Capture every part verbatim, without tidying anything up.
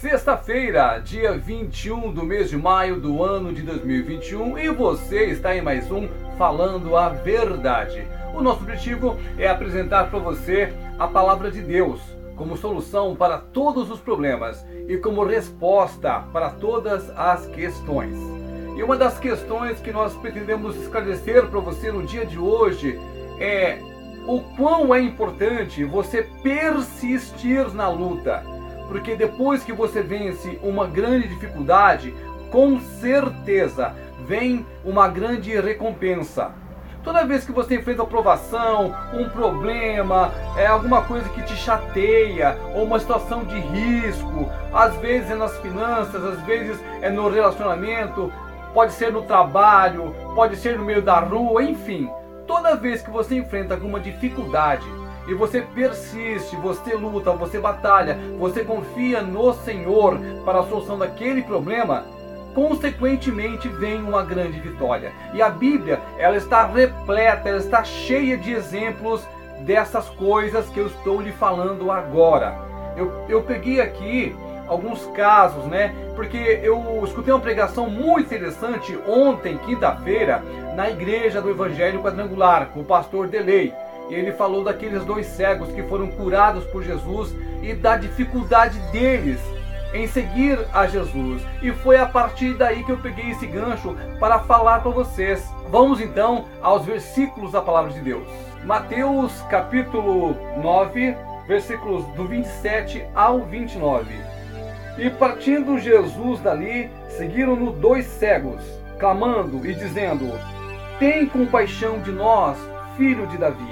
Sexta-feira, dia vinte e um do mês de maio do ano de dois mil e vinte e um, e você está em mais um Falando a Verdade. O nosso objetivo é apresentar para você a palavra de Deus como solução para todos os problemas e como resposta para todas as questões. E uma das questões que nós pretendemos esclarecer para você no dia de hoje é o quão é importante você persistir na luta. Porque depois que você vence uma grande dificuldade, com certeza vem uma grande recompensa. Toda vez que você enfrenta uma provação, um problema, é alguma coisa que te chateia, ou uma situação de risco, às vezes é nas finanças, às vezes é no relacionamento, pode ser no trabalho, pode ser no meio da rua, enfim. Toda vez que você enfrenta alguma dificuldade, e você persiste, você luta, você batalha, você confia no Senhor para a solução daquele problema, consequentemente vem uma grande vitória. E a Bíblia, ela está repleta, ela está cheia de exemplos dessas coisas que eu estou lhe falando agora. Eu, eu peguei aqui alguns casos, né? Porque eu escutei uma pregação muito interessante ontem, quinta-feira, na igreja do Evangelho Quadrangular, com o pastor Delei. E ele falou daqueles dois cegos que foram curados por Jesus e da dificuldade deles em seguir a Jesus. E foi a partir daí que eu peguei esse gancho para falar para vocês. Vamos então aos versículos da palavra de Deus. Mateus capítulo nove, versículos do vinte e sete ao vinte e nove. E partindo Jesus dali, seguiram-no dois cegos, clamando e dizendo: tem compaixão de nós, filho de Davi.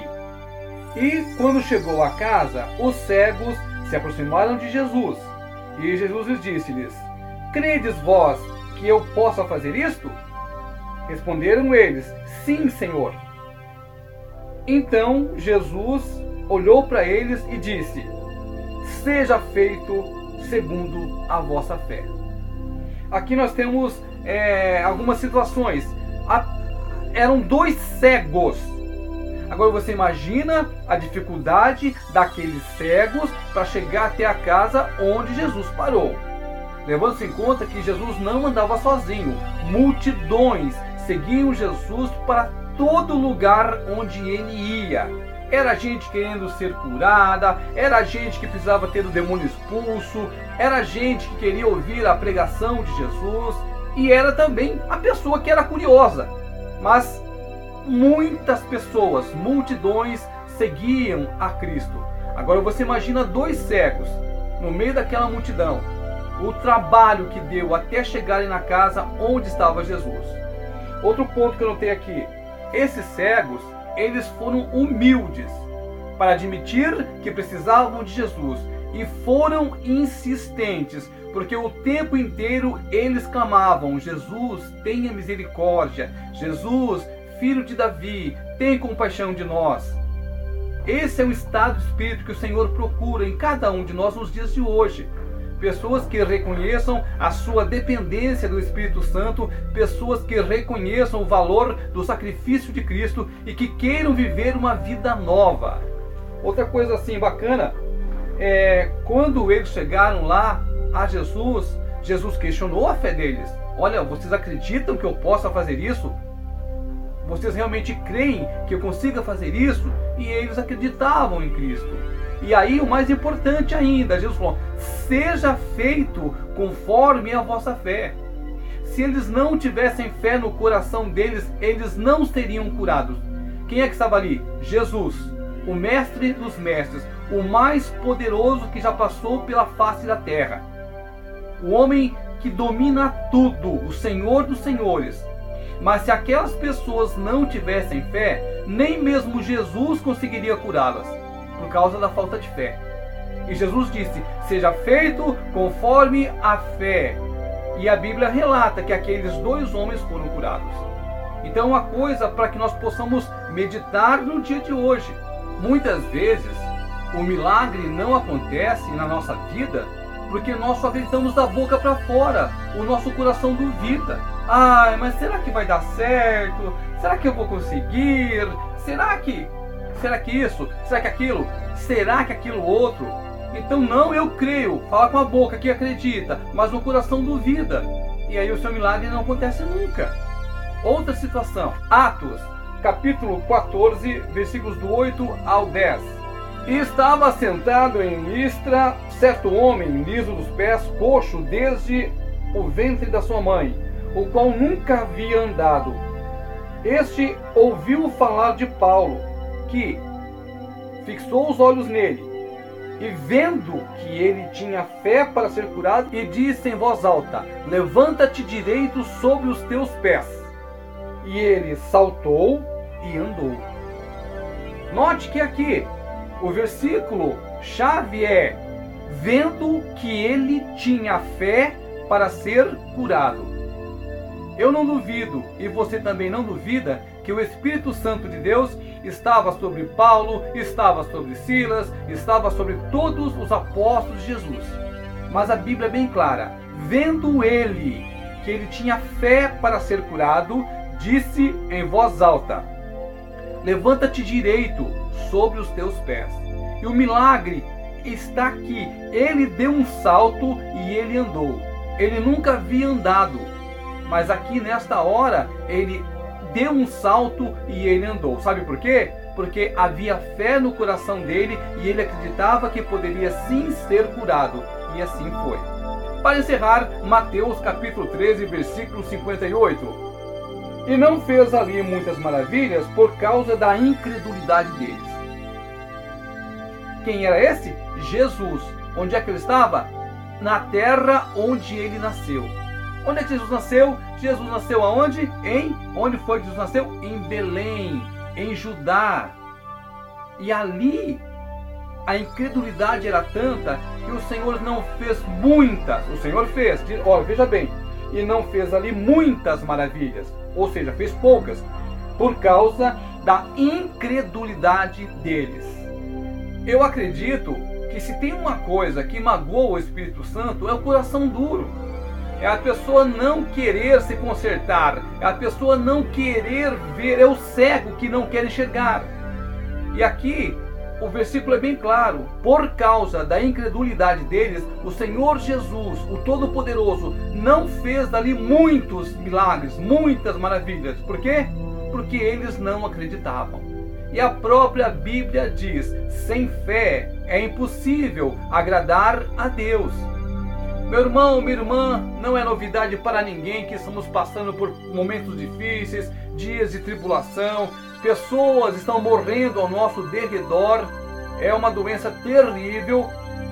E quando chegou à casa, os cegos se aproximaram de Jesus. E Jesus lhes disse-lhes: credes vós que eu possa fazer isto? Responderam eles: sim, Senhor. Então Jesus olhou para eles e disse: seja feito segundo a vossa fé. Aqui nós temos é, algumas situações. A, eram dois cegos. Agora você imagina a dificuldade daqueles cegos para chegar até a casa onde Jesus parou. Levando-se em conta que Jesus não andava sozinho. Multidões seguiam Jesus para todo lugar onde ele ia. Era gente querendo ser curada, era gente que precisava ter o demônio expulso, era gente que queria ouvir a pregação de Jesus, e era também a pessoa que era curiosa. Mas muitas pessoas, multidões, seguiam a Cristo. Agora você imagina dois cegos no meio daquela multidão. O trabalho que deu até chegarem na casa onde estava Jesus. Outro ponto que eu notei aqui. Esses cegos, eles foram humildes para admitir que precisavam de Jesus. E foram insistentes, porque o tempo inteiro eles clamavam: Jesus, tenha misericórdia. Jesus, Filho de Davi, tem compaixão de nós. Esse é o estado de espírito que o Senhor procura em cada um de nós nos dias de hoje. Pessoas que reconheçam a sua dependência do Espírito Santo, pessoas que reconheçam o valor do sacrifício de Cristo e que queiram viver uma vida nova. Outra coisa assim bacana é quando eles chegaram lá a Jesus, Jesus questionou a fé deles. Olha, vocês acreditam que eu possa fazer isso? Vocês realmente creem que eu consiga fazer isso? E eles acreditavam em Cristo. E aí o mais importante ainda, Jesus falou: seja feito conforme a vossa fé. Se eles não tivessem fé no coração deles, eles não seriam curados. Quem é que estava ali? Jesus, o mestre dos mestres, o mais poderoso que já passou pela face da terra. O homem que domina tudo, o Senhor dos senhores. Mas se aquelas pessoas não tivessem fé, nem mesmo Jesus conseguiria curá-las, por causa da falta de fé. E Jesus disse: seja feito conforme a fé. E a Bíblia relata que aqueles dois homens foram curados. Então, uma coisa para que nós possamos meditar no dia de hoje. Muitas vezes, o milagre não acontece na nossa vida porque nós só gritamos da boca para fora. O nosso coração duvida. Ai, mas será que vai dar certo? Será que eu vou conseguir? Será que... Será que isso? Será que aquilo? Será que aquilo outro? Então não, eu creio, fala com a boca que acredita, mas o coração duvida. E aí o seu milagre não acontece nunca. Outra situação, Atos, capítulo quatorze, versículos do oito ao dez. E estava sentado em Listra certo homem, liso dos pés, coxo desde o ventre da sua mãe, o qual nunca havia andado. Este ouviu falar de Paulo, que fixou os olhos nele, e vendo que ele tinha fé para ser curado, e disse em voz alta: levanta-te direito sobre os teus pés. E ele saltou e andou. Note que aqui o versículo chave é: vendo que ele tinha fé para ser curado. Eu não duvido, e você também não duvida, que o Espírito Santo de Deus estava sobre Paulo, estava sobre Silas, estava sobre todos os apóstolos de Jesus. Mas a Bíblia é bem clara: vendo ele que ele tinha fé para ser curado, disse em voz alta: levanta-te direito sobre os teus pés. E o milagre está aqui. Ele deu um salto e ele andou. Ele nunca havia andado, mas aqui nesta hora ele deu um salto e ele andou. Sabe por quê? Porque havia fé no coração dele e ele acreditava que poderia sim ser curado. E assim foi. Para encerrar, Mateus capítulo treze, versículo cinquenta e oito. E não fez ali muitas maravilhas por causa da incredulidade deles. Quem era esse? Jesus. Onde é que ele estava? Na terra onde ele nasceu. Onde é que Jesus nasceu? Jesus nasceu aonde? Em? Onde foi que Jesus nasceu? Em Belém, em Judá. E ali a incredulidade era tanta que o Senhor não fez muitas. O Senhor fez, olha, veja bem, e não fez ali muitas maravilhas. Ou seja, fez poucas, por causa da incredulidade deles. Eu acredito que se tem uma coisa que magoa o Espírito Santo, é o coração duro. É a pessoa não querer se consertar, é a pessoa não querer ver, é o cego que não quer enxergar. E aqui o versículo é bem claro: por causa da incredulidade deles, o Senhor Jesus, o Todo-Poderoso, não fez dali muitos milagres, muitas maravilhas. Por quê? Porque eles não acreditavam. E a própria Bíblia diz: sem fé é impossível agradar a Deus. Meu irmão, minha irmã, não é novidade para ninguém que estamos passando por momentos difíceis, dias de tribulação, pessoas estão morrendo ao nosso derredor, é uma doença terrível.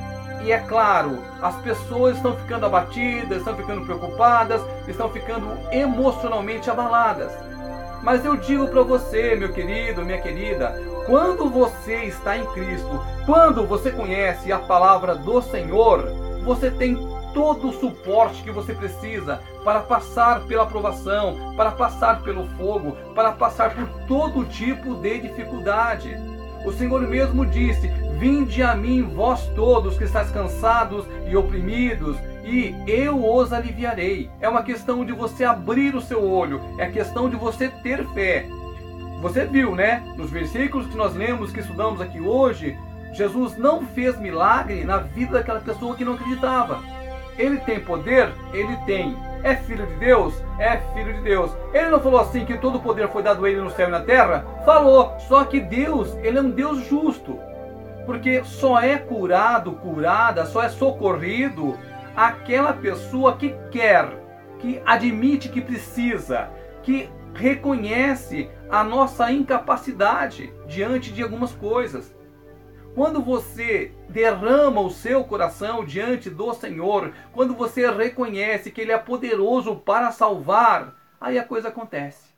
E é claro, as pessoas estão ficando abatidas, estão ficando preocupadas, estão ficando emocionalmente abaladas. Mas eu digo para você, meu querido, minha querida, quando você está em Cristo, quando você conhece a palavra do Senhor, você tem todo o suporte que você precisa para passar pela provação, para passar pelo fogo, para passar por todo tipo de dificuldade. O Senhor mesmo disse: vinde a mim vós todos que estáis cansados e oprimidos, e eu os aliviarei. É uma questão de você abrir o seu olho, é questão de você ter fé. Você viu, né? Nos versículos que nós lemos, que estudamos aqui hoje, Jesus não fez milagre na vida daquela pessoa que não acreditava. Ele tem poder? Ele tem. É filho de Deus? É filho de Deus. Ele não falou assim que todo o poder foi dado a ele no céu e na terra? Falou. Só que Deus, ele é um Deus justo. Porque só é curado, curada, só é socorrido aquela pessoa que quer, que admite que precisa, que reconhece a nossa incapacidade diante de algumas coisas. Quando você derrama o seu coração diante do Senhor, quando você reconhece que Ele é poderoso para salvar, aí a coisa acontece.